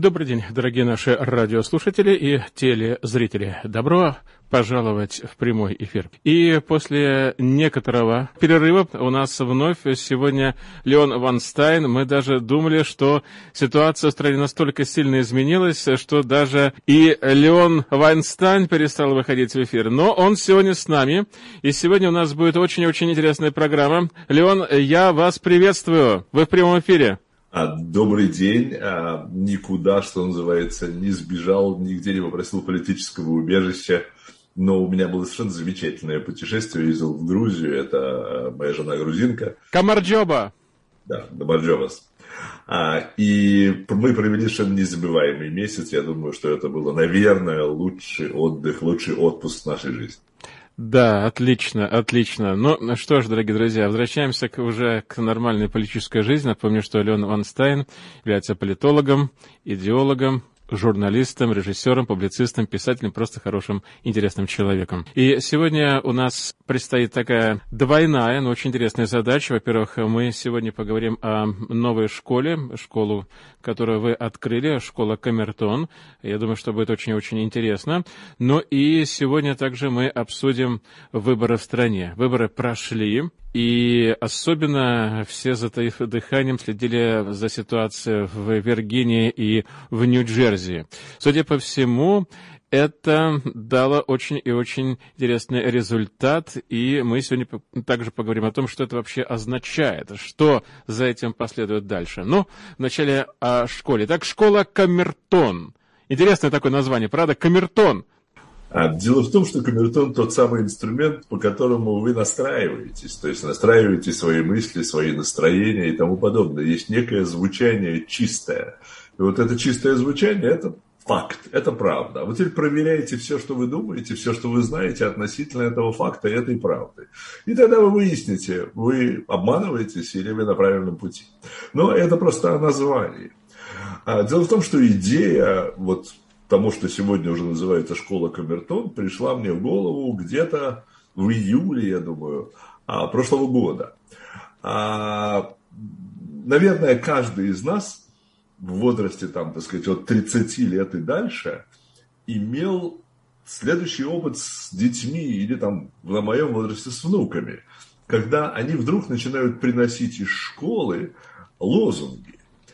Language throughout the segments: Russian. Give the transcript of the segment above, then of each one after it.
Добрый день, дорогие наши радиослушатели и телезрители. Добро пожаловать в прямой эфир. И после некоторого перерыва у нас вновь сегодня Леон Вайнстайн. Мы даже думали, что ситуация в стране настолько сильно изменилась, что даже и Леон Вайнстайн перестал выходить в эфир. Но он сегодня с нами, и сегодня у нас будет очень-очень интересная программа. Леон, я вас приветствую. Вы в прямом эфире. Добрый день. Никуда, что называется, не сбежал, нигде не попросил политического убежища. Но у меня было совершенно замечательное путешествие. Ездил в Грузию. Это моя жена грузинка. Камарджоба. Да, Камарджобас. И мы провели совершенно незабываемый месяц. Я думаю, что это было, наверное, лучший отдых, лучший отпуск в нашей жизни. Да, отлично, отлично. Ну что ж, дорогие друзья, возвращаемся уже к нормальной политической жизни. Напомню, что Леон Вайнстайн является политологом, идеологом, журналистом, режиссером, публицистом, писателем, просто хорошим, интересным человеком. И сегодня у нас предстоит такая двойная, но очень интересная задача. Во-первых, мы сегодня поговорим о новой школе, школу, которую вы открыли, школа Камертон. Я думаю, что будет очень-очень интересно. Но и сегодня также мы обсудим выборы в стране. Выборы прошли. И особенно все, затаив дыханием, следили за ситуацией в Виргинии и в Нью-Джерси. Судя по всему, это дало очень и очень интересный результат, и мы сегодня также поговорим о том, что это вообще означает, что за этим последует дальше. Ну, вначале о школе. Так, школа Камертон. Интересное такое название, правда? Камертон. Дело в том, что камертон тот самый инструмент, по которому вы настраиваетесь, то есть настраиваете свои мысли, свои настроения и тому подобное. Есть некое звучание чистое. И вот это чистое звучание – это факт, это правда. А вы теперь проверяете все, что вы думаете, все, что вы знаете относительно этого факта и этой правды. И тогда вы выясните, вы обманываетесь или вы на правильном пути. Но это просто о названии. Дело в том, что идея вот тому, что сегодня уже называется школа Камертон, пришла мне в голову где-то в июле, я думаю, прошлого года. Наверное, каждый из нас в возрасте, там, так сказать, от 30 лет и дальше имел следующий опыт с детьми или, там, на моем возрасте с внуками, когда они вдруг начинают приносить из школы лозунги.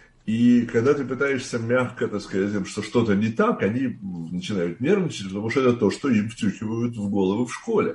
И когда ты пытаешься мягко, так сказать, что что-то не так, они начинают нервничать, потому что это то, что им втюхивают в голову в школе.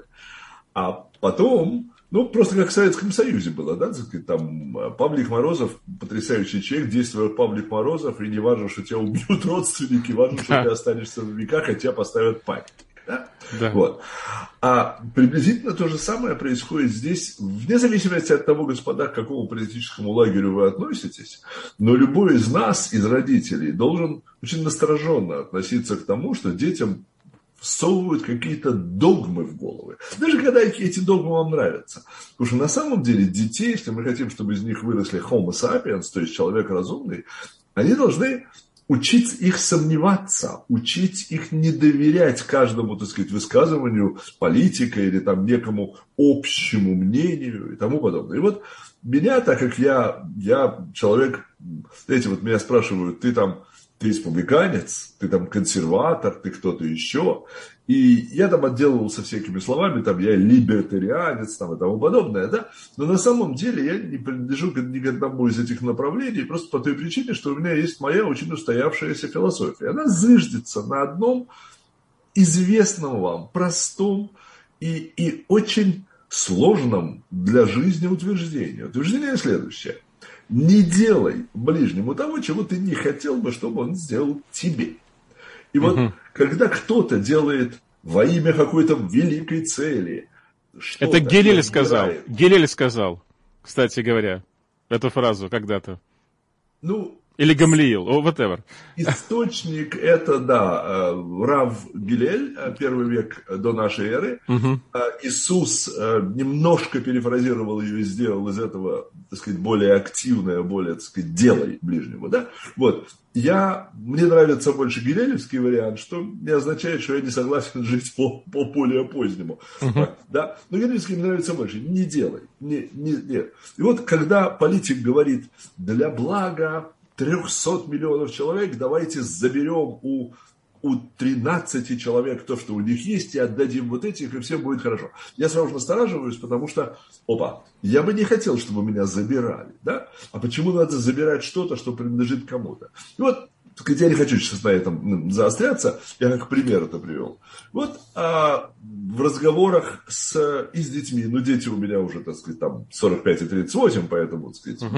А потом, ну, просто как в Советском Союзе было, да, так сказать, там Павлик Морозов, потрясающий человек, действует Павлик Морозов, и не важно, что тебя убьют родственники, важно, что ты останешься в веках, а тебя поставят памятник. Да? Да. Вот. А приблизительно то же самое происходит здесь, вне зависимости от того, господа, к какому политическому лагерю вы относитесь, но любой из нас, из родителей, должен очень настороженно относиться к тому, что детям всовывают какие-то догмы в головы. Даже когда эти догмы вам нравятся. Потому что на самом деле детей, если мы хотим, чтобы из них выросли homo sapiens, то есть человек разумный, они должны учить их сомневаться, учить их не доверять каждому, так сказать, высказыванию политика или там некому общему мнению и тому подобное. И вот меня, так как я человек, знаете, вот меня спрашивают, ты республиканец, ты там консерватор, ты кто-то еще. И я там отделывался всякими словами, там я либертарианец там, и тому подобное, да. Но на самом деле я не принадлежу ни к одному из этих направлений, просто по той причине, что у меня есть моя очень устоявшаяся философия. Она зыждется на одном известном вам, простом и очень сложном для жизни утверждении. Утверждение следующее. Не делай ближнему того, чего ты не хотел бы, чтобы он сделал тебе. И вот, когда кто-то делает во имя какой-то великой цели... Это Гелель сказал. Гелель сказал, кстати говоря, эту фразу когда-то. Ну... Или Гамлиил, whatever. Источник это, да, Рав Гилель, 1 век до нашей эры. Иисус немножко перефразировал ее и сделал из этого, так сказать, более активное, более, так сказать, делай ближнему, да. Вот. Мне нравится больше гилелевский вариант, что не означает, что я не согласен жить по более позднему. Да? Но гилелевский мне нравится больше. Не делай. Нет. И вот когда политик говорит для блага 300 миллионов человек, давайте заберем у 13 человек то, что у них есть, и отдадим вот этих, и всем будет хорошо. Я сразу же настораживаюсь, потому что, я бы не хотел, чтобы меня забирали, да? А почему надо забирать что-то, что принадлежит кому-то? И вот, я не хочу сейчас на этом заостряться, я как пример это привел. Вот в разговорах с детьми, дети у меня уже, так сказать, там 45 и 38, поэтому, так сказать,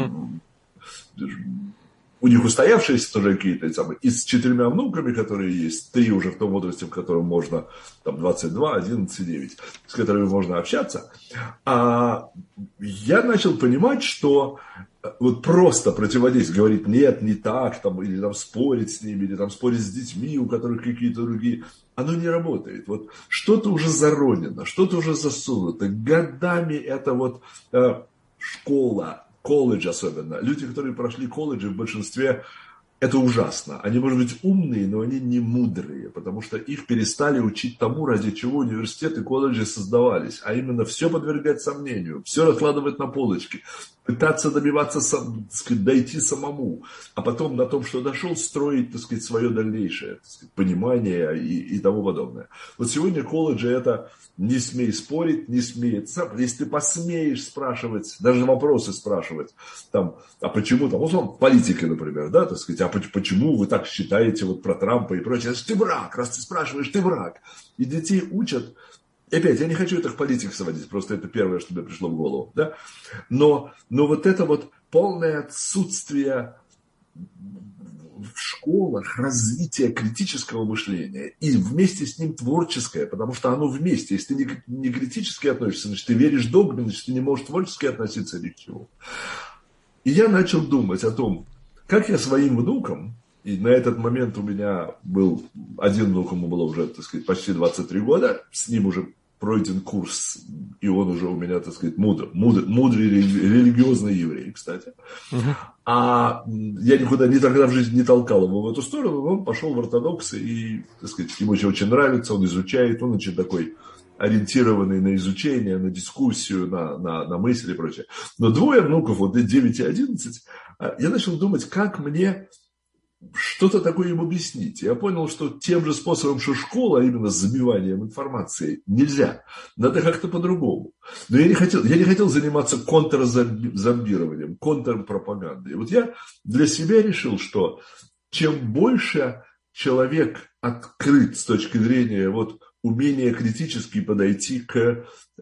у них устоявшиеся тоже какие-то самые, и с 4 внуками, которые есть, 3 уже в том возрасте, в котором можно, там, 22, 11 и 9, с которыми можно общаться, я начал понимать, что вот просто противодействовать, говорить нет, не так, там, или там спорить с ними, или там спорить с детьми, у которых какие-то другие, оно не работает. Вот что-то уже заронено, что-то уже засунуто. Годами это вот школа, колледж особенно. Люди, которые прошли колледжи, в большинстве это ужасно. Они, может быть, умные, но они не мудрые, потому что их перестали учить тому, ради чего университеты и колледжи создавались, а именно все подвергать сомнению, все раскладывать на полочки, пытаться добиваться, так сказать, дойти самому, а потом на том, что дошел, строить, так сказать, свое дальнейшее, так сказать, понимание и тому подобное. Вот сегодня колледжи это не смей спорить, не смей. Если ты посмеешь спрашивать, даже вопросы спрашивать, там, а почему там, вот политики, например, да, так сказать, а почему вы так считаете вот про Трампа и прочее, ты враг, раз ты спрашиваешь, ты враг. И детей учат. И опять, я не хочу это в политику сводить, просто это первое, что мне пришло в голову, да. Но вот это вот полное отсутствие в школах развития критического мышления и вместе с ним творческое, потому что оно вместе. Если ты не критически относишься, значит, ты веришь догме, значит, ты не можешь творчески относиться ни к чему. И я начал думать о том, как я своим внукам, и на этот момент у меня был один внук, ему было уже, так сказать, почти 23 года, с ним уже пройден курс, и он уже у меня, так сказать, мудрый религиозный еврей, кстати. А я никогда в жизни не толкал его в эту сторону, но он пошел в ортодоксы, и, так сказать, ему очень нравится, он изучает, он очень такой ориентированный на изучение, на дискуссию, на мысли и прочее. Но 2 внуков, вот 9 и 11, я начал думать, как мне что-то такое им объяснить. Я понял, что тем же способом, что школа, а именно с забиванием информации, нельзя. Надо как-то по-другому. Но я не хотел заниматься контрзомбированием, контрпропагандой. Вот я для себя решил, что чем больше человек открыт с точки зрения вот умение критически подойти к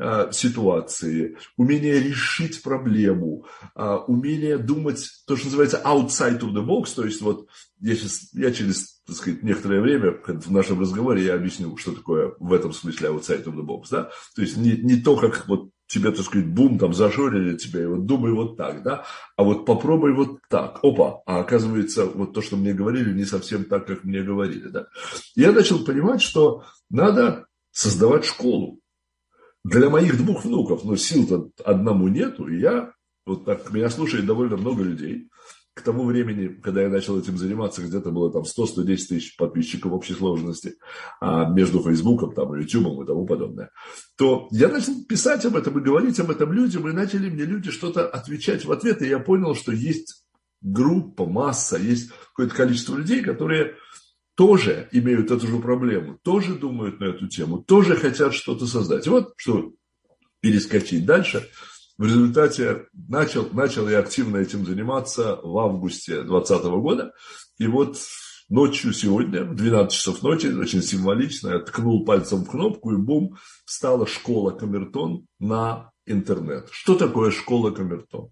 ситуации, умение решить проблему, умение думать, то, что называется outside of the box, то есть вот я через, так сказать, некоторое время в нашем разговоре я объясню, что такое в этом смысле outside of the box, да, то есть не то, как вот тебе, так сказать, бум, там зашорили тебя, и вот думай вот так, да, а вот попробуй вот так, а оказывается, вот то, что мне говорили, не совсем так, как мне говорили, да. Я начал понимать, что надо создавать школу для моих 2 внуков, но сил-то одному нету, и вот так, меня слушает довольно много людей. К тому времени, когда я начал этим заниматься, где-то было там 100-110 тысяч подписчиков в общей сложности, между Фейсбуком, там, Ютубом и тому подобное, то я начал писать об этом и говорить об этом людям, и начали мне люди что-то отвечать в ответ, и я понял, что есть группа, масса, есть какое-то количество людей, которые тоже имеют эту же проблему, тоже думают на эту тему, тоже хотят что-то создать. И вот, что перескочить дальше, в результате начал я активно этим заниматься в августе 2020 года. И вот ночью сегодня, в 12 часов ночи, очень символично, я ткнул пальцем в кнопку, и бум, встала школа Камертон на интернет. Что такое школа Камертон?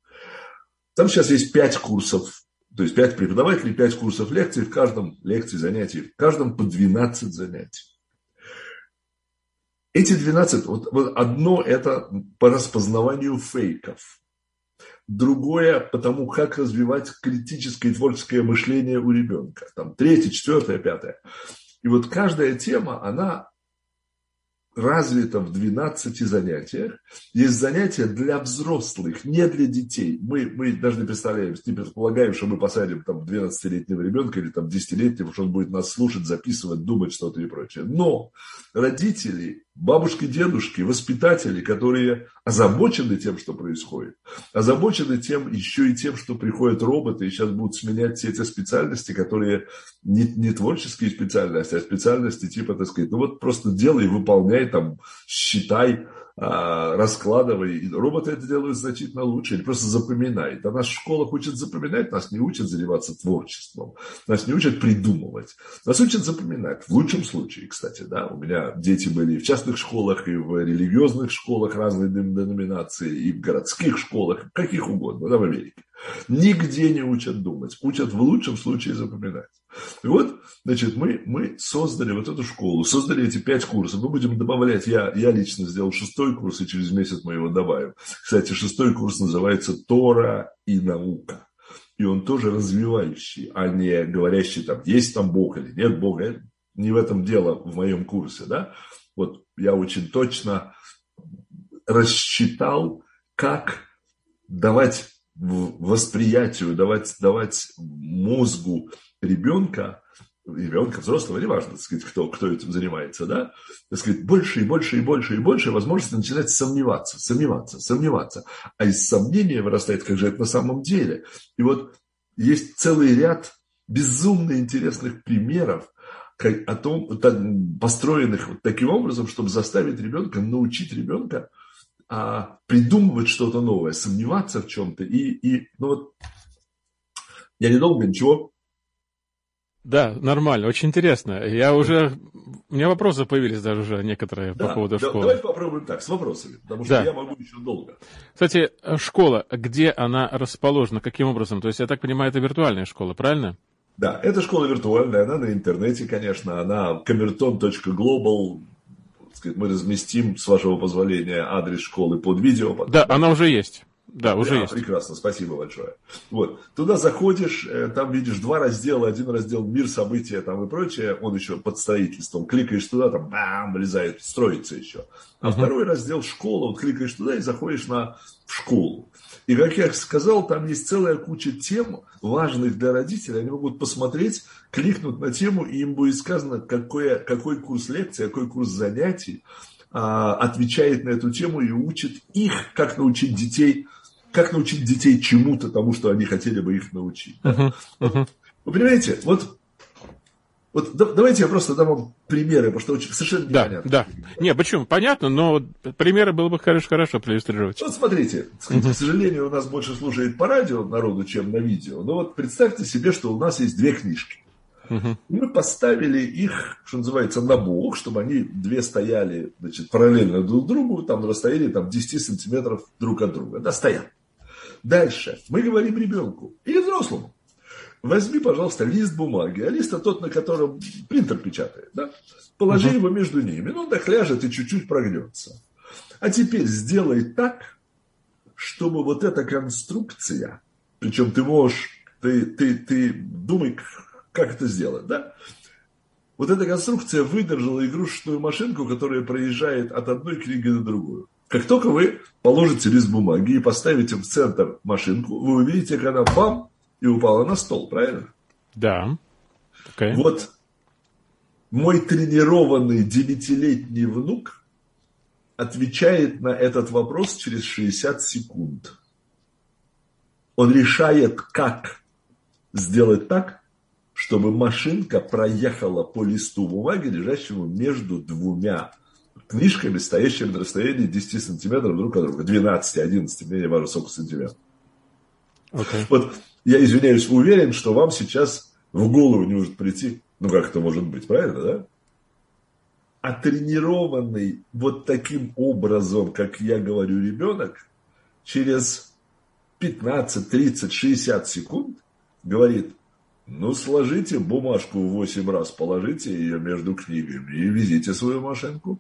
Там сейчас есть 5 курсов, то есть 5 преподавателей, 5 курсов лекций, в каждом лекции, занятий, в каждом по 12 занятий. Эти 12, вот одно это по распознаванию фейков, другое потому, как развивать критическое и творческое мышление у ребенка. Там 3, 4, 5. И вот каждая тема, она развита в 12 занятиях. Есть занятия для взрослых, не для детей. Мы даже не представляем, не предполагаем, что мы посадим там 12-летнего ребенка или там 10-летнего, что он будет нас слушать, записывать, думать что-то и прочее. Но родители бабушки, дедушки, воспитатели, которые озабочены тем, что происходит, озабочены тем, еще и тем, что приходят роботы и сейчас будут сменять все эти специальности, которые не творческие специальности, а специальности типа, так сказать, ну вот просто делай, выполняй, там, считай, раскладывай. И роботы это делают значительно лучше, или просто запоминает. А нас в школах учат запоминать, нас не учат заниматься творчеством, нас не учат придумывать, нас учат запоминать. В лучшем случае, кстати, да, у меня дети были и в частных школах, и в религиозных школах разной деноминации, и в городских школах, каких угодно, да, в Америке. Нигде не учат думать, учат в лучшем случае запоминать. И вот, значит, мы создали вот эту школу, создали эти 5 курсов. Мы будем добавлять, я лично сделал 6-й курс, и через месяц мы его добавим. Кстати, 6-й курс называется «Тора и наука». И он тоже развивающий, а не говорящий, там, есть там Бог или нет Бога. Не в этом дело в моем курсе, да. Вот я очень точно рассчитал, как давать восприятию, давать мозгу ребенка, взрослого, неважно, так сказать, кто этим занимается, да, так сказать, больше и больше и больше и больше возможности начинать сомневаться. А из сомнения вырастает, как же это на самом деле. И вот есть целый ряд безумно интересных примеров, о том, построенных вот таким образом, чтобы заставить ребенка, научить ребенка придумывать что-то новое, сомневаться в чем-то. Ну вот, я недолго, ничего. Да, нормально, очень интересно. У меня вопросы появились даже уже некоторые по поводу школы. Давайте попробуем так, с вопросами, потому что я могу еще долго. Кстати, школа, где она расположена, каким образом? То есть, я так понимаю, это виртуальная школа, правильно? Да, эта школа виртуальная, она на интернете, конечно, она kamerton.global. Мы разместим, с вашего позволения, адрес школы под видео. Да, она уже есть. Да, уже есть. Прекрасно, спасибо большое. Вот. Туда заходишь, там видишь 2 раздела. Один раздел «Мир, события» там и прочее. Он еще под строительством. Кликаешь туда, там бам, влезает, строится еще. А второй раздел «Школа». Вот кликаешь туда и заходишь в школу. И, как я сказал, там есть целая куча тем, важных для родителей. Они могут посмотреть, кликнуть на тему, и им будет сказано, какой курс лекций, какой курс занятий отвечает на эту тему и учит их, как научить детей чему-то, тому, что они хотели бы их научить. Да? Вы понимаете, вот давайте я просто дам вам примеры, потому что очень, совершенно непонятно. Да. Не, почему? Понятно, но примеры было бы хорошо проиллюстрировать. Вот смотрите, к сожалению, у нас больше слушает по радио народу, чем на видео. Но вот представьте себе, что у нас есть 2 книжки. Мы поставили их, что называется, на бок, чтобы они 2 стояли, значит, параллельно друг другу, там на расстоянии 10 сантиметров друг от друга. Да, стоят. Дальше мы говорим ребенку или взрослому: возьми, пожалуйста, лист бумаги, а лист тот, на котором принтер печатает, да? Положи его между ними, он так ляжет и чуть-чуть прогнется. А теперь сделай так, чтобы вот эта конструкция, причем ты думай, как это сделать, да? Вот эта конструкция выдержала игрушечную машинку, которая проезжает от одной книги до другую. Как только вы положите лист бумаги и поставите в центр машинку, вы увидите, как она бам, и упала на стол, правильно? Да. Okay. Вот мой тренированный 9-летний внук отвечает на этот вопрос через 60 секунд. Он решает, как сделать так, чтобы машинка проехала по листу бумаги, лежащему между 2 книжками, стоящими на расстоянии 10 сантиметров друг от друга. 12, 11, мне не важно, сколько сантиметров. Okay. Вот я, извиняюсь, уверен, что вам сейчас в голову не может прийти, как это может быть, правильно, да? А тренированный вот таким образом, как я говорю, ребенок, через 15, 30, 60 секунд говорит: сложите бумажку в 8 раз, положите ее между книгами и везите свою машинку.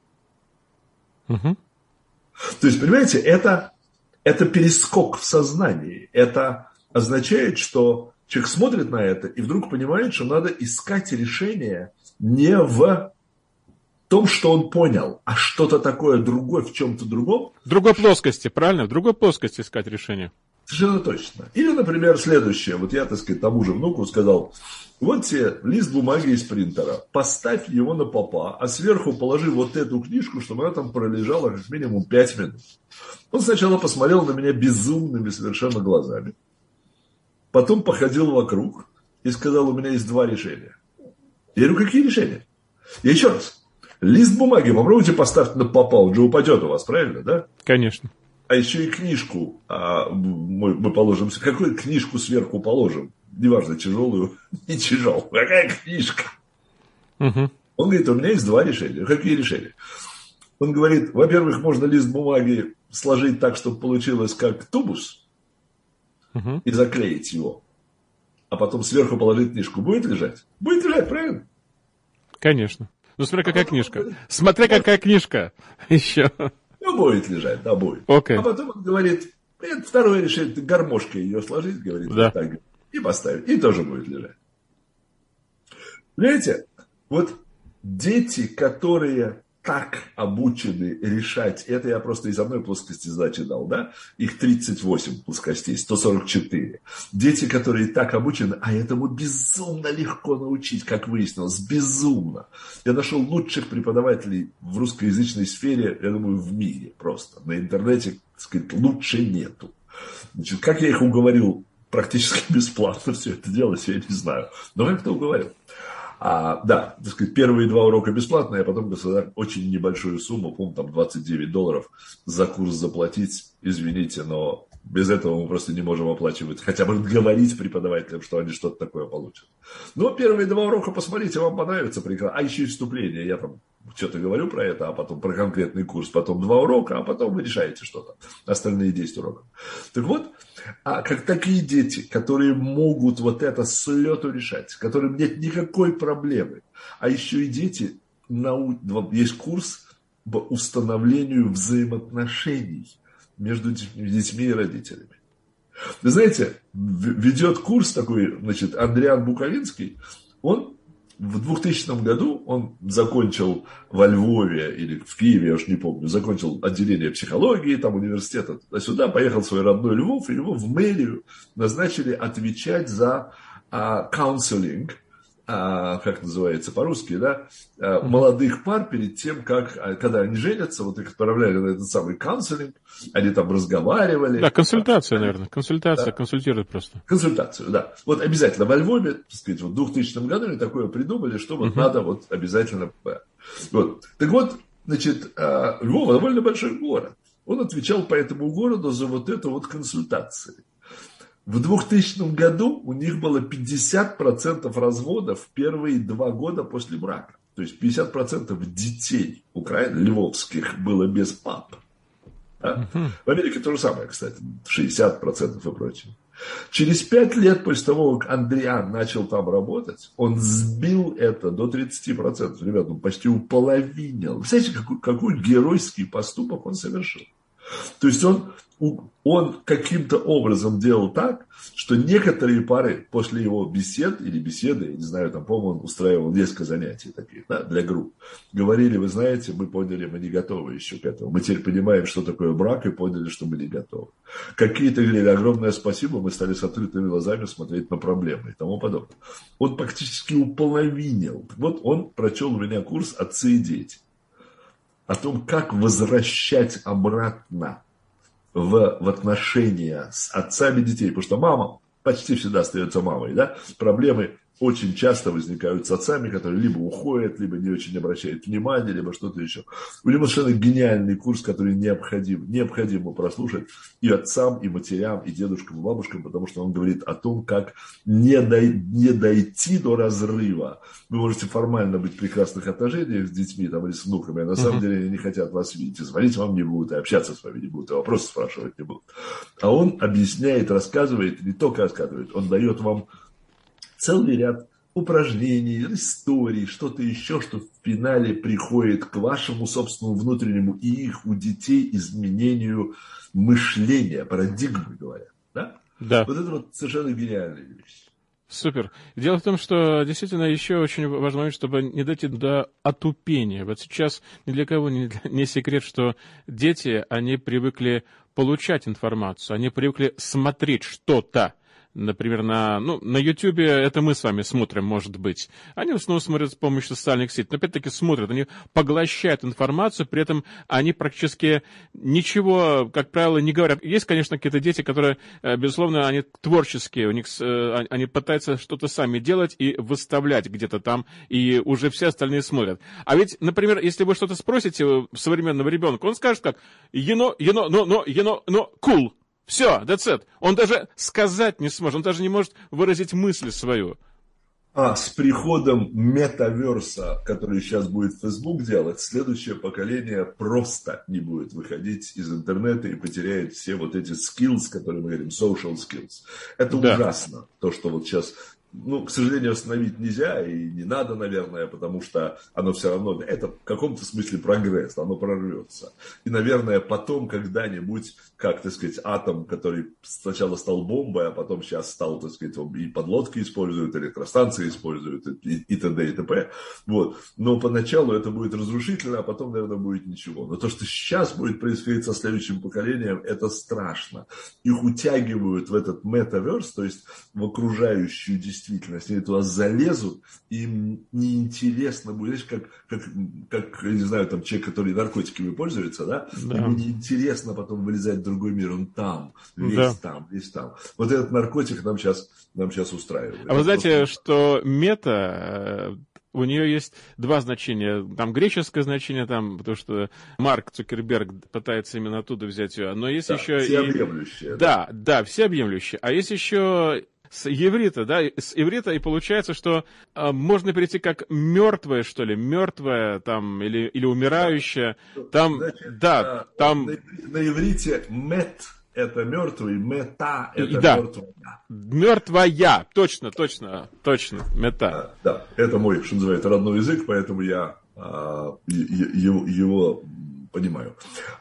То есть, понимаете, это перескок в сознании. Это означает, что человек смотрит на это и вдруг понимает, что надо искать решение не в том, что он понял, а что-то такое другое в чем-то другом. В другой плоскости, правильно? В другой плоскости искать решение. Совершенно точно. Или, например, следующее. Вот я, так сказать, тому же внуку сказал: вот тебе лист бумаги из принтера, поставь его на попа, а сверху положи вот эту книжку, чтобы она там пролежала как минимум 5 минут. Он сначала посмотрел на меня безумными совершенно глазами, потом походил вокруг и сказал: у меня есть 2 решения. Я говорю: какие решения? Я еще раз. Лист бумаги попробуйте поставить на попа, он же упадет у вас, правильно, да? Конечно. А еще и книжку мы положим. Какую книжку сверху положим? Неважно, тяжелую, не тяжелую. Какая книжка? Угу. Он говорит: у меня есть 2 решения. Какие решения? Он говорит: во-первых, можно лист бумаги сложить так, чтобы получилось как тубус, и заклеить его. А потом сверху положить книжку. Будет лежать? Будет лежать, правильно? Конечно. Ну, смотря какая книжка. Смотря какая книжка. Еще. Ну, будет лежать, да, будет. Okay. А потом он говорит: это второе решение, ты гармошкой ее сложить, говорит, да. Вот так, и поставить, и тоже будет лежать. Понимаете, вот дети, которые так обучены решать, это я просто из одной плоскости задачи дал, да, их 38 плоскостей, 144. Дети, которые так обучены, а этому безумно легко научить, как выяснилось, безумно. Я нашел лучших преподавателей в русскоязычной сфере, я думаю, в мире просто. На интернете, так сказать, лучше нету. Значит, как я их уговорил практически бесплатно все это делать, я не знаю. Но как-то уговорил. Да, так сказать, первые 2 урока бесплатные, а потом государство очень небольшую сумму, по-моему, там $29 за курс заплатить. Извините, но без этого мы просто не можем оплачивать, хотя бы говорить преподавателям, что они что-то такое получат. Но первые 2 урока посмотрите, вам понравится прекрасно. А еще и вступление. Я там что-то говорю про это, а потом про конкретный курс, потом 2 урока, а потом вы решаете что-то. Остальные 10 уроков. Так вот, как такие дети, которые могут вот это с лету решать, которым нет никакой проблемы, а еще и дети, есть курс по установлению взаимоотношений между детьми и родителями. Вы знаете, ведет курс такой, значит, Андриан Буковинский, он в 2000 году он закончил во Львове или в Киеве, я уж не помню, закончил отделение психологии, там университета, туда-сюда, поехал в свой родной Львов, и его в мэрию назначили отвечать за counseling, как называется по-русски, да, молодых пар перед тем, как, когда они женятся, вот их отправляли на этот самый counseling, они там разговаривали. Да, консультация, наверное, консультация, да. Консультируют просто. Консультацию, да. Вот обязательно во Львове, так сказать, в 2000 году они такое придумали, что вот надо вот обязательно. Вот. Так вот, значит, Львов довольно большой город. Он отвечал по этому городу за вот эту вот консультацию. В 2000 году у них было 50% разводов в первые 2 года после брака. То есть 50% детей львовских было без пап. Да? В Америке то же самое, кстати, 60% и прочее. Через 5 лет после того, как Андриан начал там работать, он сбил это до 30%. Ребята, он почти уполовинил. Вы знаете, какой геройский поступок он совершил? То есть он каким-то образом делал так, что некоторые пары после его беседы, я не знаю, там, по-моему, он устраивал несколько занятий таких, да, для групп, говорили: вы знаете, мы поняли, мы не готовы еще к этому. Мы теперь понимаем, что такое брак, и поняли, что мы не готовы. Какие-то говорили: огромное спасибо, мы стали с открытыми глазами смотреть на проблемы и тому подобное. Он практически уполовинил. Вот он прочел у меня курс «Отцы и дети». О том, как возвращать обратно в отношения с отцами детей. Потому что мама почти всегда остается мамой. Да? Проблемы очень часто возникают с отцами, которые либо уходят, либо не очень обращают внимания, либо что-то еще. У него совершенно гениальный курс, который необходимо прослушать и отцам, и матерям, и дедушкам, и бабушкам, потому что он говорит о том, как не дойти до разрыва. Вы можете формально быть в прекрасных отношениях с детьми там, или с внуками, а на самом деле они не хотят вас видеть, и звонить вам не будут, и общаться с вами не будут, и вопросы спрашивать не будут. А он объясняет, рассказывает, не только рассказывает, он дает вам целый ряд упражнений, историй, что-то еще, что в финале приходит к вашему собственному внутреннему и их у детей изменению мышления, парадигмы, говорят. Да? Да. Вот это вот совершенно гениальная вещь. Супер. Дело в том, что действительно еще очень важный момент, чтобы не дойти до отупения. Вот сейчас ни для кого не секрет, что дети, они привыкли получать информацию, они привыкли смотреть что-то. Например, на Ютубе это мы с вами смотрим, может быть. Они в основном смотрят с помощью социальных сетей, но опять-таки смотрят, они поглощают информацию, при этом они практически ничего, как правило, не говорят. Есть, конечно, какие-то дети, которые, безусловно, они творческие, у них они пытаются что-то сами делать и выставлять где-то там, и уже все остальные смотрят. А ведь, например, если вы что-то спросите современного ребенка, он скажет как cool. Все, that's it. Он даже сказать не сможет, он даже не может выразить мысль свою. С приходом метаверса, который сейчас будет Facebook делать, следующее поколение просто не будет выходить из интернета и потеряет все вот эти skills, которые мы говорим, social skills. Это ужасно, то, что вот сейчас... к сожалению, остановить нельзя и не надо, наверное, потому что оно все равно, это в каком-то смысле прогресс, оно прорвется. И, наверное, потом когда-нибудь, как, так сказать, атом, который сначала стал бомбой, а потом сейчас стал, так сказать, и подлодки используют, электростанции используют, и т.д. и т.п. Вот. Но поначалу это будет разрушительно, а потом, наверное, будет ничего. Но то, что сейчас будет происходить со следующим поколением, это страшно. Их утягивают в этот метаверс, то есть в окружающую действительность, они туда залезут, им неинтересно будет, знаешь, как, я не знаю, там человек, который наркотиками пользуется, да? Ему неинтересно потом вылезать в другой мир, он там, весь там. Вот этот наркотик нам сейчас устраивает. А вы знаете, что мета... У нее есть два значения. Там греческое значение, потому что Марк Цукерберг пытается именно оттуда взять ее. Но есть еще всеобъемлющее. Да, всеобъемлющее. А есть еще с иврита, и получается, что можно перейти как мертвое, что ли, мертвое там, или умирающее. Там, на иврите мет. Это мертвый, мета, это мертвая. Мертвая, точно, мета. Да, это мой, что называется, родной язык, поэтому я его понимаю.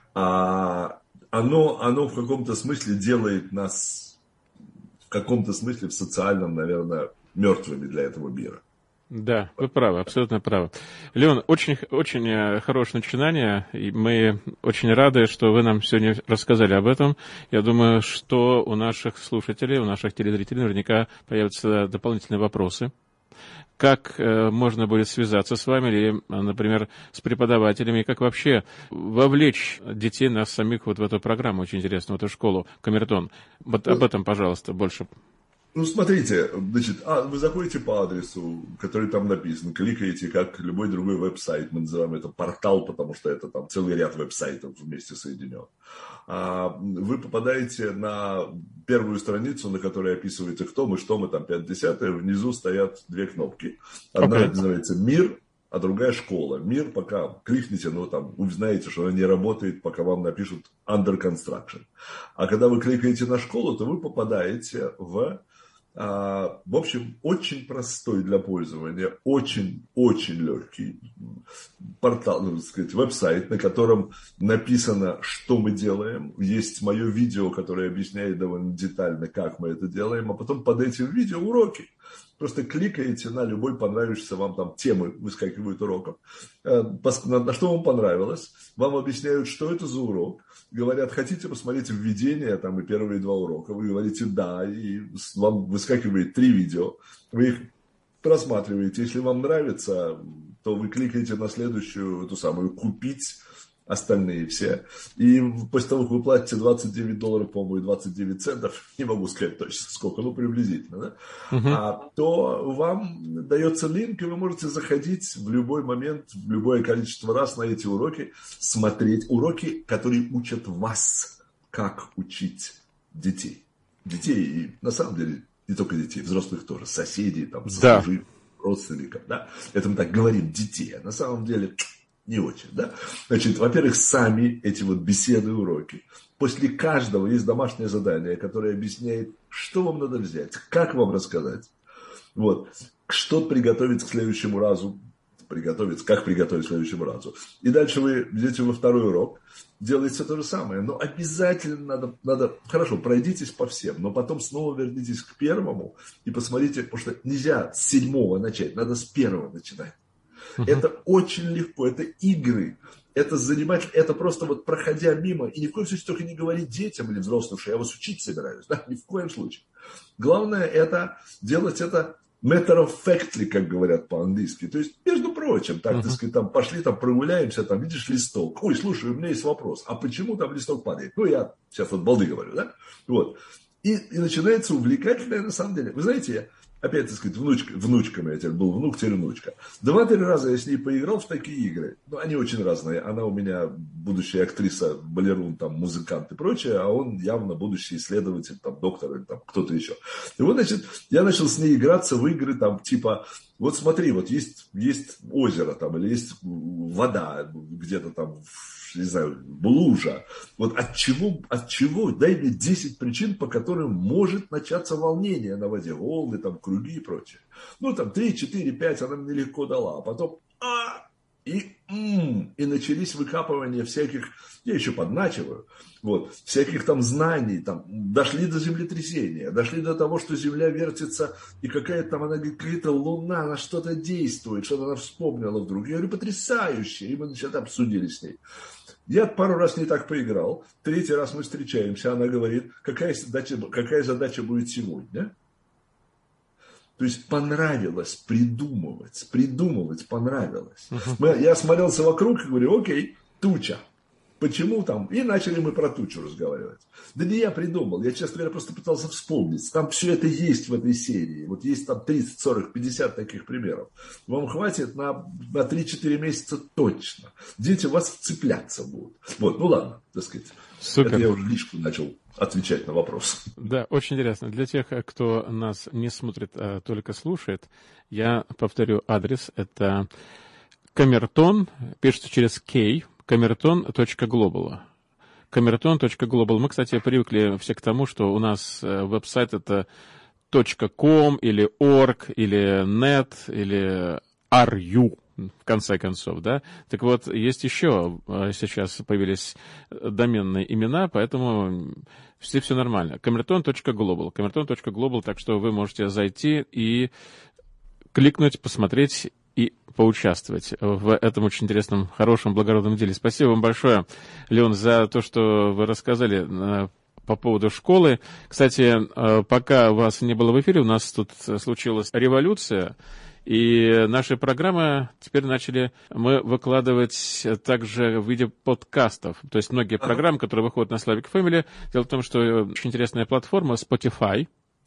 Оно в каком-то смысле делает нас, в каком-то смысле в социальном, наверное, мертвыми для этого мира. Да, вы правы, абсолютно правы. Леон, очень, очень хорошее начинание, и мы очень рады, что вы нам сегодня рассказали об этом. Я думаю, что у наших слушателей, у наших телезрителей наверняка появятся дополнительные вопросы. Как можно будет связаться с вами или, например, с преподавателями, и как вообще вовлечь детей нас самих вот в эту программу очень интересную, в эту школу Камертон. Вот об этом, пожалуйста, больше. Смотрите, значит, вы заходите по адресу, который там написан, кликаете, как любой другой веб-сайт, мы называем это портал, потому что это там целый ряд веб-сайтов вместе соединен. Вы попадаете на первую страницу, на которой описывается, кто мы, что мы, там 5-10, внизу стоят две кнопки. Одна называется «Мир», а другая «Школа». «Мир» пока кликните, вы знаете, что она не работает, пока вам напишут «Under construction». А когда вы кликаете на «Школу», то вы попадаете в общем, очень простой для пользования, очень легкий портал, веб-сайт, на котором написано, что мы делаем. Есть мое видео, которое объясняет довольно детально, как мы это делаем, а потом под этим видео уроки. Просто кликаете на любой понравившийся вам там темы, выскакивают уроков. На что вам понравилось, вам объясняют, что это за урок. Говорят, хотите посмотреть введение там и первые два урока. Вы говорите да, и вам выскакивает 3 видео. Вы их просматриваете. Если вам нравится, то вы кликаете на следующую, эту самую «Купить», остальные все. И после того, как вы платите $29, по-моему, и 29 центов, не могу сказать точно сколько, приблизительно, да? То вам дается линк, и вы можете заходить в любой момент, в любое количество раз на эти уроки, смотреть уроки, которые учат вас, как учить детей. Детей, и на самом деле, не только детей, взрослых тоже, соседей, там, сослуживцев, родственников, да? Это мы так говорим, детей, а на самом деле... Не очень, да? Значит, во-первых, сами эти беседы, уроки. После каждого есть домашнее задание, которое объясняет, что вам надо взять, как вам рассказать. Что приготовить к следующему разу, как приготовить к следующему разу. И дальше вы идете во второй урок, делаете то же самое. Но обязательно надо, хорошо, пройдитесь по всем, но потом снова вернитесь к первому и посмотрите, потому что нельзя с 7-го начать, надо с 1-го начинать. Это очень легко, это игры. Это занимательно, это просто вот проходя мимо, и ни в коем случае только не говорить детям или взрослым, что я вас учить собираюсь, да, ни в коем случае. Главное это делать это matter of factly, как говорят по-английски. То есть, между прочим, так, так сказать, там, пошли там прогуляемся, там, видишь листок. Ой, слушай, у меня есть вопрос, а почему там листок падает? Ну, я сейчас вот балды говорю, да? Вот. И начинается увлекательное, на самом деле. Вы знаете, опять, так сказать, внучками, я теперь был внук, теперь внучка. 2-3 раза я с ней поиграл в такие игры. Ну, они очень разные. Она у меня будущая актриса, балерун, там, музыкант и прочее, а он явно будущий исследователь, там, доктор или там кто-то еще. И вот, значит, я начал с ней играться в игры, там, типа, вот смотри, вот есть озеро там, или есть вода где-то там, не знаю, лужа. Вот от чего, дай мне 10 причин, по которым может начаться волнение на воде, волны, там, круги и прочее. Ну, там, 3, 4, 5 она мне легко дала, а потом, и начались выкапывания всяких, я еще подначиваю, вот, всяких там знаний, там, дошли до землетрясения, дошли до того, что Земля вертится, и какая-то там, она говорит, какая-то луна, она что-то действует, что-то она вспомнила вдруг. Я говорю, потрясающе, и мы, значит, обсудили с ней. Я пару раз не так поиграл, 3-й раз мы встречаемся, она говорит, какая задача будет сегодня. То есть понравилось придумывать понравилось. Я смотрелся вокруг и говорю, окей, туча. Почему там? И начали мы про тучу разговаривать. Да не я придумал, я, честно говоря, просто пытался вспомнить. Там все это есть в этой серии. Вот есть там 30, 40, 50 таких примеров. Вам хватит на 3-4 месяца точно. Дети у вас вцепляться будут. Вот, ну ладно, так сказать. Супер. Это я уже лишку начал отвечать на вопрос. Да, очень интересно. Для тех, кто нас не смотрит, а только слушает, я повторю адрес. Это Камертон, пишется через K, камертон.global. Камертон.global. Мы, кстати, привыкли все к тому, что у нас веб-сайт это .com или .org или .net или .ru. В конце концов, да. Так вот, есть еще, сейчас появились доменные имена, поэтому все нормально. Камертон.global. Камертон.global, так что вы можете зайти и кликнуть, посмотреть и поучаствовать в этом очень интересном, хорошем, благородном деле. Спасибо вам большое, Леон, за то, что вы рассказали по поводу школы. Кстати, пока вас не было в эфире, у нас тут случилась революция, и наши программы теперь начали мы выкладывать также в виде подкастов. То есть многие программы, которые выходят на Slavic Family. Дело в том, что очень интересная платформа Spotify.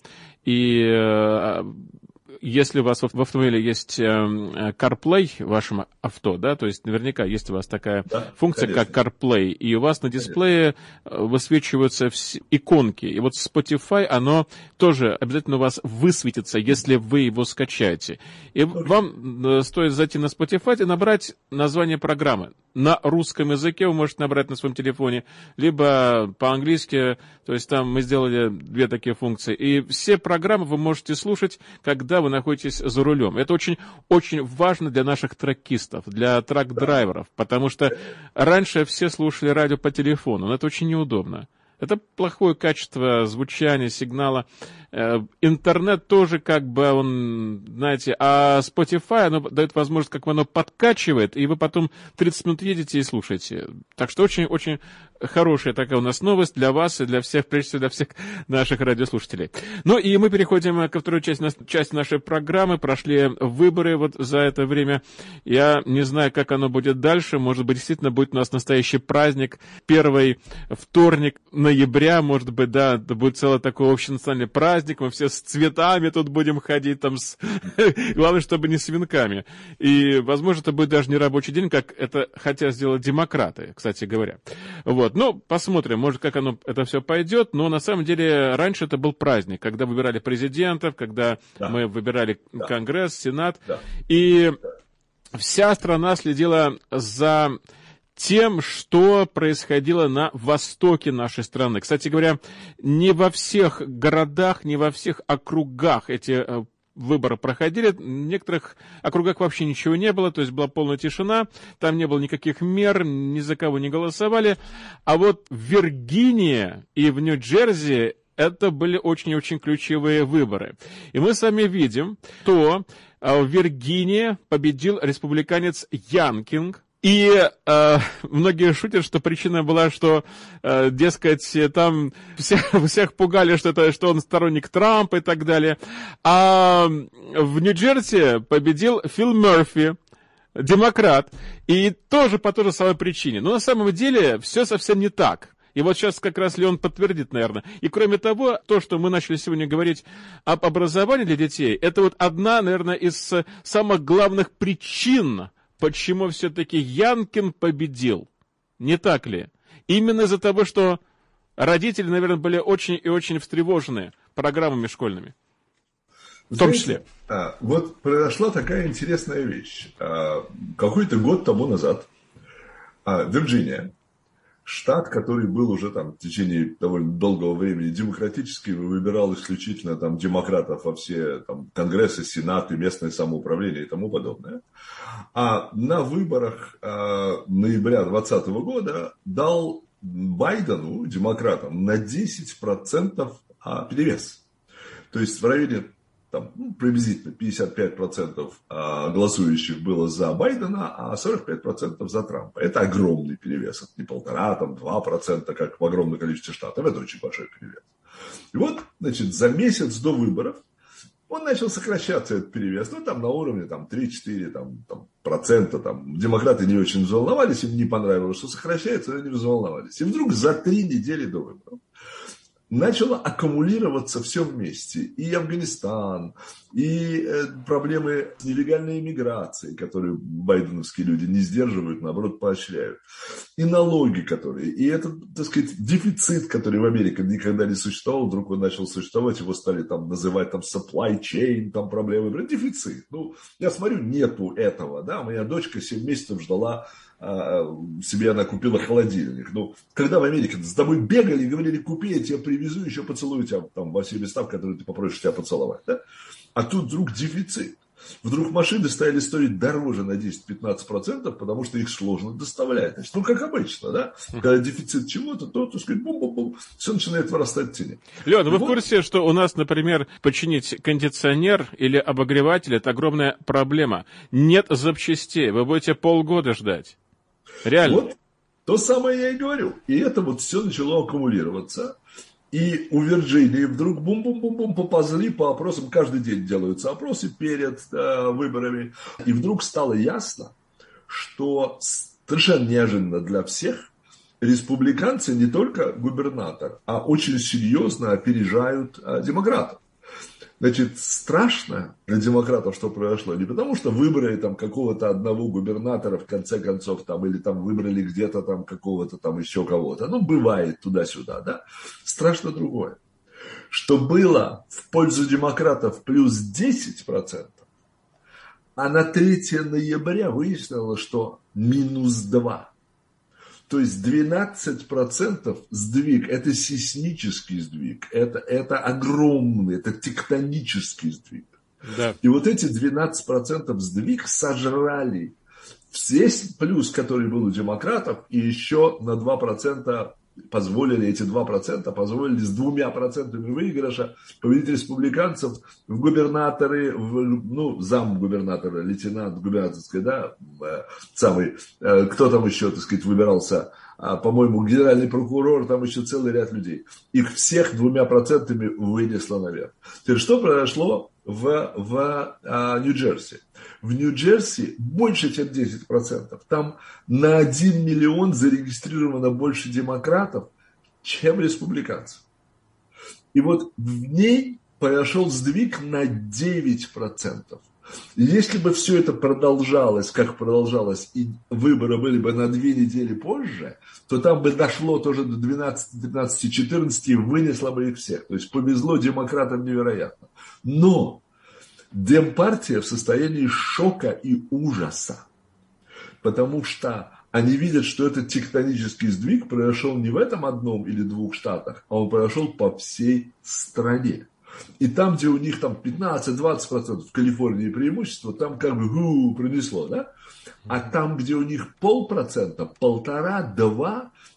И если у вас в автомобиле есть CarPlay в вашем авто, да, то есть наверняка есть у вас такая функция, конечно, как CarPlay, и у вас на дисплее высвечиваются иконки. И вот Spotify, оно тоже обязательно у вас высветится, если вы его скачаете. И вам стоит зайти на Spotify и набрать название программы. На русском языке вы можете набрать на своем телефоне, либо по-английски, то есть там мы сделали 2 такие функции. И все программы вы можете слушать, когда вы находитесь за рулем. Это очень, очень важно для наших тракистов, для трак-драйверов, потому что раньше все слушали радио по телефону, но это очень неудобно. Это плохое качество звучания, сигнала. Интернет тоже как бы, он, знаете, а Spotify, оно дает возможность, как бы оно подкачивает, и вы потом 30 минут едете и слушаете. Так что очень-очень хорошая такая у нас новость для вас и для всех, прежде всего для всех наших радиослушателей. Ну и мы переходим ко второй части нашей программы. Прошли выборы вот за это время. Я не знаю, как оно будет дальше. Может быть, действительно будет у нас настоящий праздник. Первый вторник ноября, может быть, да, это будет целый такой общенациональный праздник. Мы все с цветами тут будем ходить, там главное, чтобы не с венками. И, возможно, это будет даже не рабочий день, как это хотят сделать демократы, кстати говоря. Вот. Ну, посмотрим, может, как это все пойдет. Но на самом деле раньше это был праздник, когда выбирали президентов, когда мы выбирали Конгресс, Сенат. И вся страна следила за тем, что происходило на востоке нашей страны. Кстати говоря, не во всех городах, не во всех округах эти выборы проходили. В некоторых округах вообще ничего не было, то есть была полная тишина, там не было никаких мер, ни за кого не голосовали. А вот в Виргинии и в Нью-Джерси это были очень-очень ключевые выборы. И мы с вами видим, что в Виргинии победил республиканец Янкин. И многие шутят, что причина была, что, дескать, там всех пугали, что он сторонник Трампа и так далее. А в Нью-Джерси победил Фил Мерфи, демократ, и тоже по той же самой причине. Но на самом деле все совсем не так. И вот сейчас как раз Леон подтвердит, наверное. И кроме того, то, что мы начали сегодня говорить об образовании для детей, это вот одна, наверное, из самых главных причин, почему все-таки Янкин победил. Не так ли? Именно из-за того, что родители, наверное, были очень и очень встревожены программами школьными. В том числе. Вот произошла такая интересная вещь. Какой-то год тому назад Вирджиния, штат, который был уже там в течение довольно долгого времени демократический, выбирал исключительно там демократов во все там конгрессы, сенаты, местное самоуправление и тому подобное. А на выборах ноября 2020 года дал Байдену, демократам, на 10% перевес. То есть в районе там, приблизительно 55% голосующих было за Байдена, а 45% за Трампа. Это огромный перевес. Это не 1,5%, там 2%, как в огромном количестве штатов. Это очень большой перевес. И вот, значит, за месяц до выборов он начал сокращаться, этот перевес. Ну, там на уровне там, 3-4 процента. Там, демократы не очень взволновались, им не понравилось, что сокращается, они не взволновались. И вдруг за 3 недели до выборов начало аккумулироваться все вместе. И Афганистан, и проблемы с нелегальной иммиграцией, которые байденовские люди не сдерживают, наоборот, поощряют. И налоги, которые, и этот, так сказать, дефицит, который в Америке никогда не существовал, вдруг он начал существовать, его стали там называть там supply chain, там проблемы, дефицит. Ну, я смотрю, нету этого, да, моя дочка 7 месяцев ждала, себе она купила холодильник. Ну, когда в Америке с тобой бегали и говорили, купи, я тебя привезу, еще поцелую тебя там, во все места, в которые ты попросишь тебя поцеловать. Да? А тут вдруг дефицит. Вдруг машины стали стоить дороже на 10-15%, потому что их сложно доставлять. Значит, ну, как обычно, да? Когда дефицит чего-то, то, так сказать, бум-бум-бум, все начинает вырастать в цене. Леон, вы в курсе, что у нас, например, починить кондиционер или обогреватель – это огромная проблема. Нет запчастей, вы будете полгода ждать. Реально. Вот то самое я и говорю. И это вот все начало аккумулироваться. И у Вирджинии вдруг бум-бум-бум-бум поползли по опросам. Каждый день делаются опросы перед выборами. И вдруг стало ясно, что совершенно неожиданно для всех республиканцы не только губернатор, а очень серьезно опережают демократов. Значит, страшно для демократов, что произошло, не потому что выбрали там какого-то одного губернатора в конце концов, там, или там выбрали где-то там какого-то там еще кого-то. Ну, бывает туда-сюда, да. Страшно другое. Что было в пользу демократов плюс 10%, а на 3 ноября выяснилось, что минус 2%. То есть 12% сдвиг, это сейсмический сдвиг, это огромный, это тектонический сдвиг. Да. И вот эти 12% сдвиг сожрали весь плюс, который был у демократов, и еще на 2% позволили, эти 2% позволили с 2% выигрыша победить республиканцев в губернаторы, замгубернатора, лейтенант губернаторской, да, самый, кто там еще, так сказать, выбирался, по-моему, генеральный прокурор, там еще целый ряд людей. Их всех 2% вынесло наверх. Теперь, что произошло в Нью-Джерси? В Нью-Джерси больше, чем 10%. Там на 1 миллион зарегистрировано больше демократов, чем республиканцев. И вот в ней произошел сдвиг на 9%. Если бы все это продолжалось, как продолжалось, и выборы были бы на 2 недели позже, то там бы дошло тоже до 12, 13, 14 и вынесло бы их всех. То есть повезло демократам невероятно. Но Демпартия в состоянии шока и ужаса, потому что они видят, что этот тектонический сдвиг произошел не в этом одном или 2 штатах, а он произошел по всей стране. И там, где у них там 15-20% в Калифорнии преимущество, там как бы пронесло, да? А там, где у них 0,5%, 1,5-2%,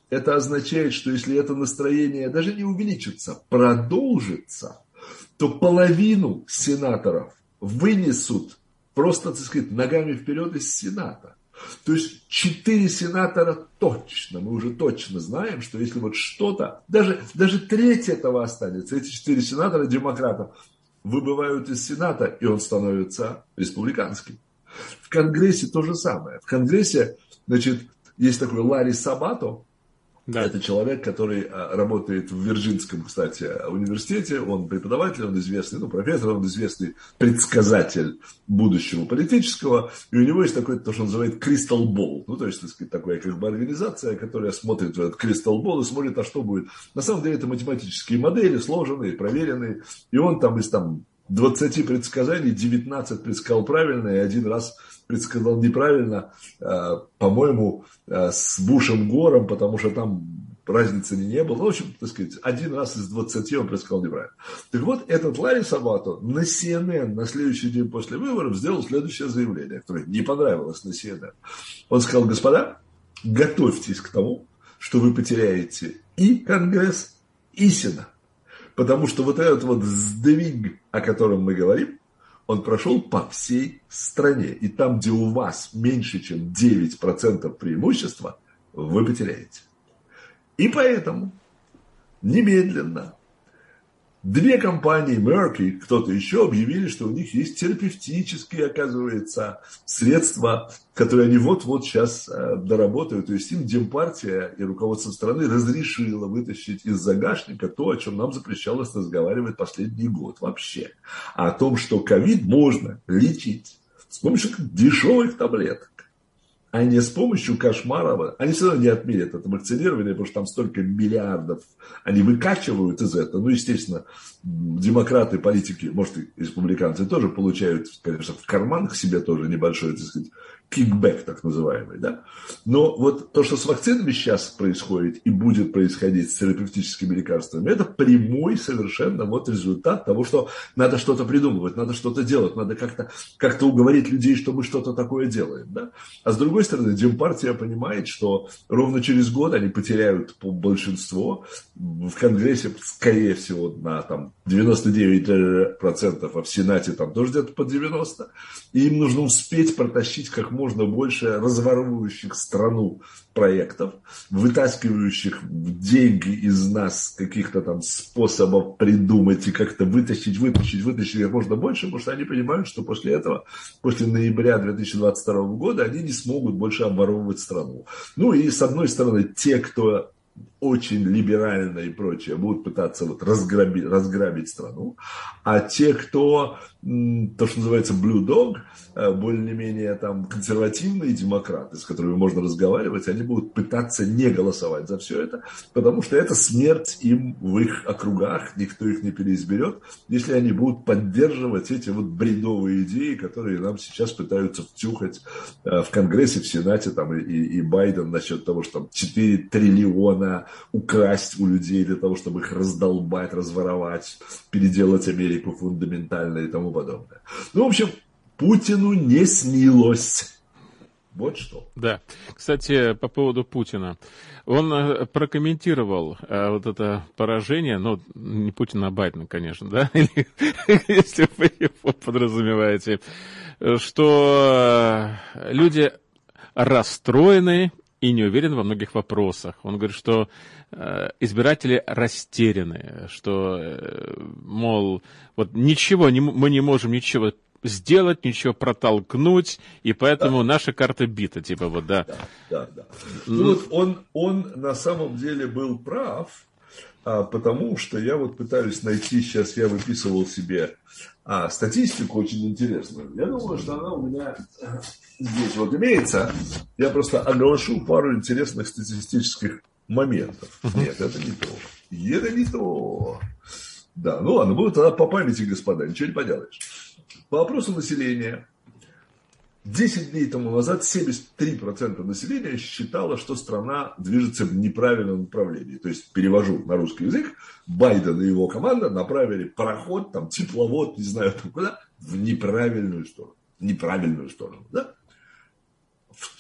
это означает, что если это настроение даже не увеличится, продолжится, то половину сенаторов вынесут просто, так сказать, ногами вперед из Сената. То есть 4 сенатора точно, мы уже точно знаем, что если вот что-то, даже треть этого останется, эти 4 сенатора демократов выбывают из Сената, и он становится республиканским. В Конгрессе то же самое. В Конгрессе, значит, есть такой Ларри Сабато. Да. Это человек, который работает в Вирджинском, кстати, университете. Он преподаватель, он известный, профессор, он известный предсказатель будущего политического. И у него есть такой, то, что он называет Crystal Ball. То есть, так сказать, такая как бы организация, которая смотрит в этот Crystal Ball и смотрит, а что будет. На самом деле это математические модели, сложенные, проверенные. И он там из 20 предсказаний 19 предсказал правильно, и один раз предсказал неправильно, по-моему, с Бушем Гором, потому что там разницы не было. В общем, так сказать, один раз из 20 он предсказал неправильно. Так вот, этот Ларри Сабато на CNN на следующий день после выборов сделал следующее заявление, которое не понравилось на CNN. Он сказал: господа, готовьтесь к тому, что вы потеряете и Конгресс, и Сенат. Потому что вот этот вот сдвиг, о котором мы говорим, он прошел по всей стране. И там, где у вас меньше, чем 9% преимущества, вы потеряете. И поэтому немедленно 2 компании, Merck и кто-то еще, объявили, что у них есть терапевтические, оказывается, средства, которые они вот-вот сейчас доработают. То есть им Демпартия и руководство страны разрешило вытащить из загашника то, о чем нам запрещалось разговаривать последний год вообще. А о том, что ковид можно лечить с помощью дешевых таблеток, а не с помощью кошмара. Они все равно не отменят это вакцинирование, потому что там столько миллиардов они выкачивают из этого. Естественно, демократы, политики, может, и республиканцы тоже получают, конечно, в карман к себе тоже небольшой, так сказать, кикбэк, так называемый, да. Но вот то, что с вакцинами сейчас происходит и будет происходить с терапевтическими лекарствами, это прямой совершенно вот результат того, что надо что-то придумывать, надо что-то делать, надо как-то уговорить людей, что мы что-то такое делаем, да. А с другой стороны, Демпартия понимает, что ровно через год они потеряют большинство в Конгрессе, скорее всего, на 99%, а в Сенате там тоже где-то по 90%. И им нужно успеть протащить как можно больше разворовывающих страну проектов, вытаскивающих деньги из нас, каких-то там способов придумать и как-то вытащить как можно больше, потому что они понимают, что после этого, после ноября 2022 года, они не смогут больше обворовывать страну. И с одной стороны, те, кто очень либерально и прочее, будут пытаться разграбить страну, а те, кто, то, что называется Blue Dog, более-менее консервативные демократы, с которыми можно разговаривать, они будут пытаться не голосовать за все это, потому что это смерть им в их округах, никто их не переизберет, если они будут поддерживать эти вот бредовые идеи, которые нам сейчас пытаются втюхать в Конгрессе, в Сенате, и Байден насчет того, что 4 триллиона украсть у людей для того, чтобы их раздолбать, разворовать, переделать Америку фундаментально и тому подобное. В общем, Путину не снилось. Вот что. Да. Кстати, по поводу Путина. Он прокомментировал вот это поражение, не Путина, а Байдена, конечно, да, если вы его подразумеваете, что люди расстроены и не уверены во многих вопросах. Он говорит, что избиратели растеряны, что, мол, вот мы не можем ничего сделать, ничего протолкнуть, и поэтому наша карта бита, да. Да. Он на самом деле был прав, потому что я пытаюсь найти, сейчас я выписывал себе статистику очень интересную. Я думаю, что она у меня здесь имеется. Я просто оглашу пару интересных статистических моментов. Нет, это не то. Это не то. Да, ладно, будут тогда по памяти, господа, ничего не поделаешь. По опросу населения 10 дней тому назад 73% населения считало, что страна движется в неправильном направлении. То есть, перевожу на русский язык, Байден и его команда направили пароход, тепловод, не знаю куда, в неправильную сторону. Да?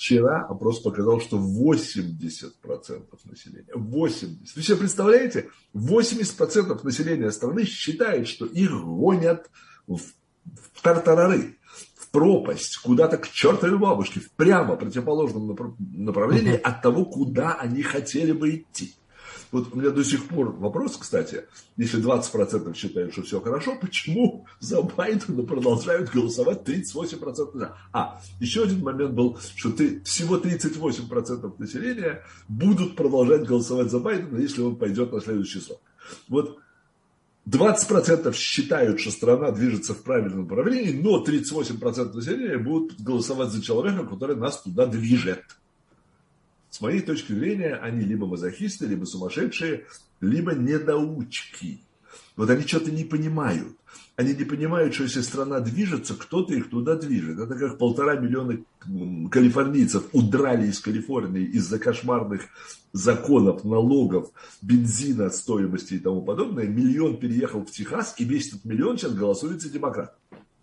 вчера опрос показал, что 80% населения, 80%, вы себе представляете, 80% населения страны считает, что их гонят в тартарары, в пропасть, куда-то к чертовой бабушке, в прямо противоположном направлении от того, куда они хотели бы идти. Вот у меня до сих пор вопрос, кстати, если 20% считают, что все хорошо, почему за Байдена продолжают голосовать 38%? Еще один момент был, что всего 38% населения будут продолжать голосовать за Байдена, если он пойдет на следующий срок. Вот 20% считают, что страна движется в правильном направлении, но 38% населения будут голосовать за человека, который нас туда движет. С моей точки зрения, они либо мазохисты, либо сумасшедшие, либо недоучки. Вот они что-то не понимают. Они не понимают, что если страна движется, кто-то их туда движет. Это как 1,5 миллиона калифорнийцев удрали из Калифорнии из-за кошмарных законов, налогов, бензина, стоимости и тому подобное. 1 миллион переехал в Техас, и весь этот 1 миллион сейчас голосует за демократов.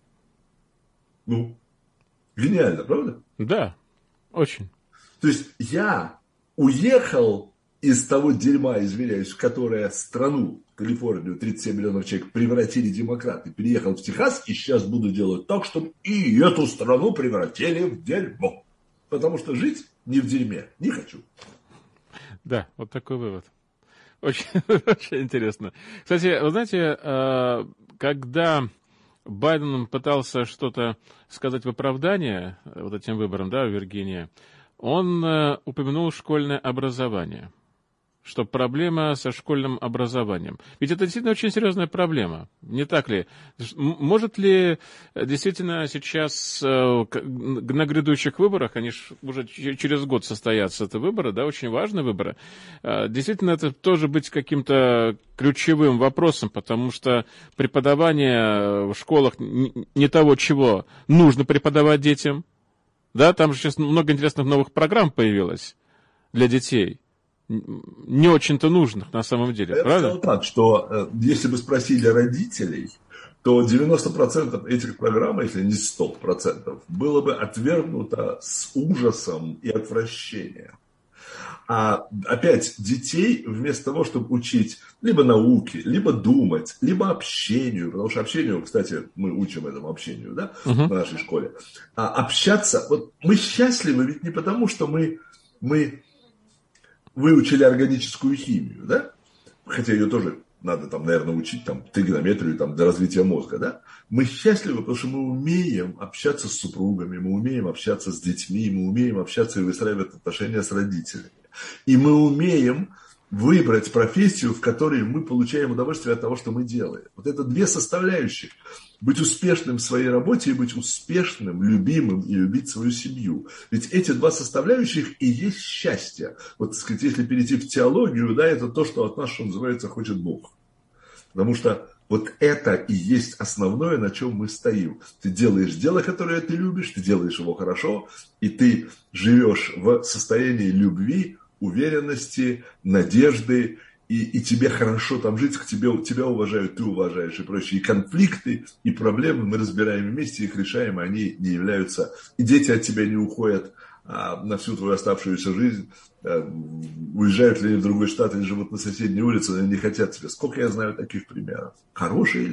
Гениально, правда? Да, очень. То есть я уехал из того дерьма, извиняюсь, в которое страну, Калифорнию, 37 миллионов человек превратили демократы, переехал в Техас и сейчас буду делать так, чтобы и эту страну превратили в дерьмо. Потому что жить не в дерьме не хочу. Да, вот такой вывод. Очень, очень интересно. Кстати, вы знаете, когда Байден пытался что-то сказать в оправдание вот этим выборам, да, в Виргинии, он упомянул школьное образование, что проблема со школьным образованием. Ведь это действительно очень серьезная проблема, не так ли? Может ли действительно сейчас на грядущих выборах, они же уже через год состоятся, это выборы, да, очень важные выборы, действительно это тоже быть каким-то ключевым вопросом, потому что преподавание в школах не того, чего нужно преподавать детям. Да, там же сейчас много интересных новых программ появилось для детей. Не очень-то нужных на самом деле, правда? Я бы сказал так, что если бы спросили родителей, то 90% этих программ, если не 100%, было бы отвергнуто с ужасом и отвращением. А опять детей вместо того, чтобы учить либо науке, либо думать, либо общению, потому что общению, кстати, мы учим этому общению, да, в нашей школе, общаться, вот мы счастливы ведь не потому, что мы выучили органическую химию, да, хотя ее тоже надо там, наверное, учить там тригонометрию там, для развития мозга, да, мы счастливы, потому что мы умеем общаться с супругами, мы умеем общаться с детьми, мы умеем общаться и выстраивать отношения с родителями. И мы умеем выбрать профессию, в которой мы получаем удовольствие от того, что мы делаем. Вот это две составляющих. Быть успешным в своей работе и быть успешным, любимым и любить свою семью. Ведь эти два составляющих и есть счастье. Вот, так сказать, если перейти в теологию, да, это то, что от нас, что называется, хочет Бог. Потому что вот это и есть основное, на чем мы стоим. Ты делаешь дело, которое ты любишь, ты делаешь его хорошо, и ты живешь в состоянии любви, уверенности, надежды, и тебе хорошо там жить, тебя уважают, ты уважаешь и прочее. И конфликты, и проблемы мы разбираем вместе, их решаем, и они не являются... И дети от тебя не уходят на всю твою оставшуюся жизнь, уезжают ли они в другой штат или живут на соседней улице, но они не хотят тебя. Сколько я знаю таких примеров. Хорошие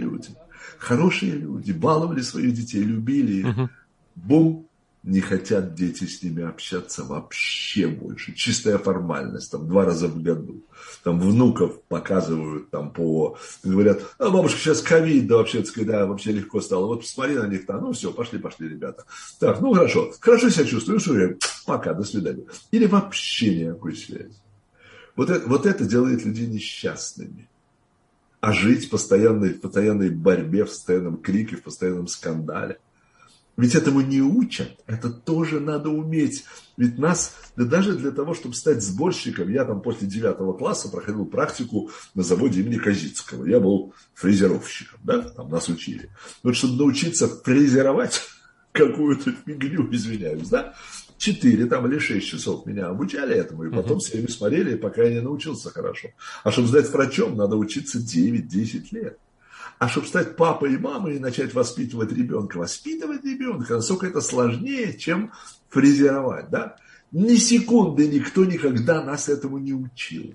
люди, баловали своих детей, любили их. Бум! Не хотят дети с ними общаться вообще больше. Чистая формальность, там 2 раза в году. Там внуков показывают, там говорят, бабушка, сейчас ковид, да вообще, да, вообще легко стало. Вот посмотри на них там, ну все, пошли, ребята. Так, ну хорошо себя чувствую, пока, до свидания. Или вообще никакой связи. Вот это делает людей несчастными. А жить в постоянной борьбе, в постоянном крике, в постоянном скандале. Ведь этому не учат, это тоже надо уметь. Ведь нас, да даже для того, чтобы стать сборщиком, я там после 9 класса проходил практику на заводе имени Козицкого. Я был фрезеровщиком, да, там нас учили. Вот чтобы научиться фрезеровать какую-то фигню, извиняюсь, да, 4 там, или 6 часов меня обучали этому, и потом все время смотрели, пока я не научился хорошо. А чтобы стать врачом, надо учиться 9-10 лет. А чтобы стать папой и мамой и начать воспитывать ребенка, насколько это сложнее, чем фрезеровать, да? Ни секунды никто никогда нас этому не учил.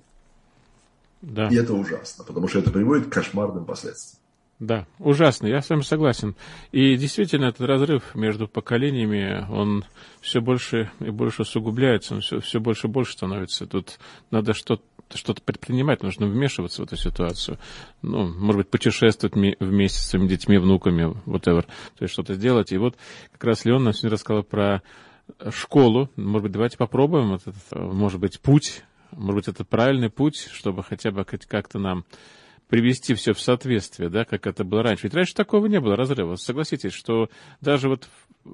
Да. И это ужасно, потому что это приводит к кошмарным последствиям. Да, ужасно, я с вами согласен. И действительно, этот разрыв между поколениями, он все больше и больше усугубляется, он все больше и больше становится. Тут надо что-то предпринимать, нужно вмешиваться в эту ситуацию. Ну, может быть, путешествовать вместе с своими детьми, внуками, whatever, то есть что-то сделать. И вот как раз Леон нам сегодня рассказал про школу. Может быть, давайте попробуем этот, может быть, путь, может быть, это правильный путь, чтобы хотя бы как-то нам привести все в соответствие, да, как это было раньше. Ведь раньше такого не было разрыва. Согласитесь, что даже вот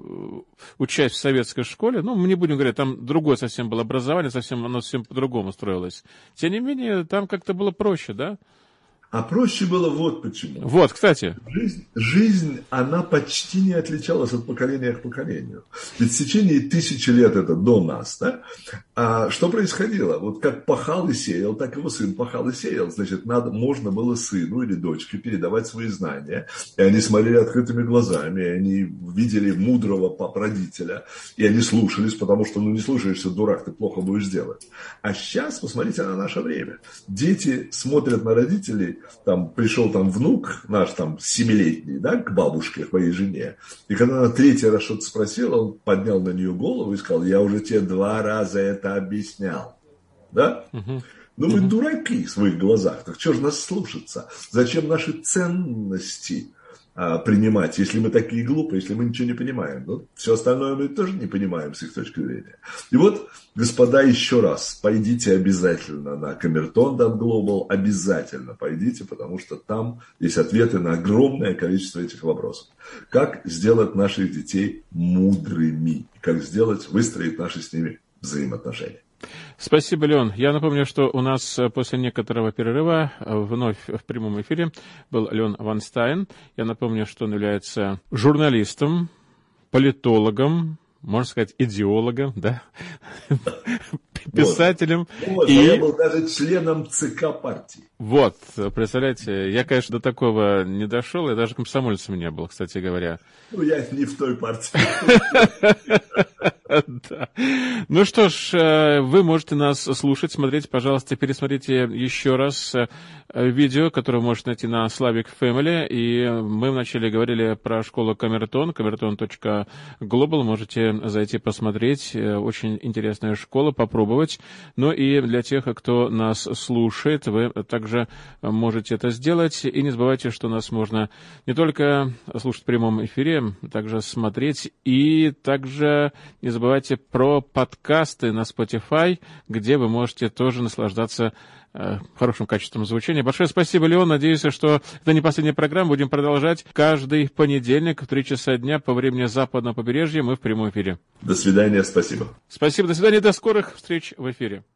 учась в советской школе, ну, мы не будем говорить, там другое совсем было образование, оно совсем по-другому строилось. Тем не менее, там как-то было проще, да? А проще было вот почему. Вот, кстати. Жизнь, она почти не отличалась от поколения к поколению. Ведь в течение 1000 лет это до нас, да? А что происходило? Вот как пахал и сеял, так его сын пахал и сеял. Значит, можно было сыну или дочке передавать свои знания. И они смотрели открытыми глазами, и они видели мудрого родителя. И они слушались, потому что, не слушаешься, дурак, ты плохо будешь делать. А сейчас, посмотрите на наше время. Дети смотрят на родителей. Там пришел внук наш, 7-летний, да, к бабушке, к моей жене. И когда она 3-й раз что-то спросила, он поднял на нее голову и сказал: я уже тебе 2 раза это объяснял. Да? Ну, мы дураки в своих глазах. Так что же нас слушаться? Зачем наши ценности принимать, если мы такие глупые, если мы ничего не понимаем? Ну, все остальное мы тоже не понимаем с их точки зрения. И вот, господа, еще раз, пойдите обязательно на Камертон.Global, обязательно пойдите, потому что там есть ответы на огромное количество этих вопросов. Как сделать наших детей мудрыми? Как выстроить наши с ними взаимоотношения? Спасибо, Леон. Я напомню, что у нас после некоторого перерыва вновь в прямом эфире был Леон Ванстайн. Я напомню, что он является журналистом, политологом, можно сказать, идеологом, да, писателем. Вот, и я был даже членом ЦК партии. Вот, представляете, я, конечно, до такого не дошел, я даже комсомольцем не был, кстати говоря. Ну, я не в той партии. Да. Ну что ж, вы можете нас слушать, смотреть, пожалуйста, пересмотрите еще раз видео, которое вы можете найти на Slavic Family. И мы вначале говорили про школу Камертон, Камертон.Global. Можете зайти посмотреть. Очень интересная школа, попробовать. Ну и для тех, кто нас слушает, вы также можете это сделать. И не забывайте, что нас можно не только слушать в прямом эфире, также смотреть. И также не забывайте про подкасты на Spotify, где вы можете тоже наслаждаться хорошим качеством звучания. Большое спасибо, Леон. Надеюсь, что это не последняя программа. Будем продолжать каждый понедельник в 3 часа дня по времени западного побережья. Мы в прямом эфире. До свидания, спасибо. Спасибо, до свидания, до скорых встреч в эфире.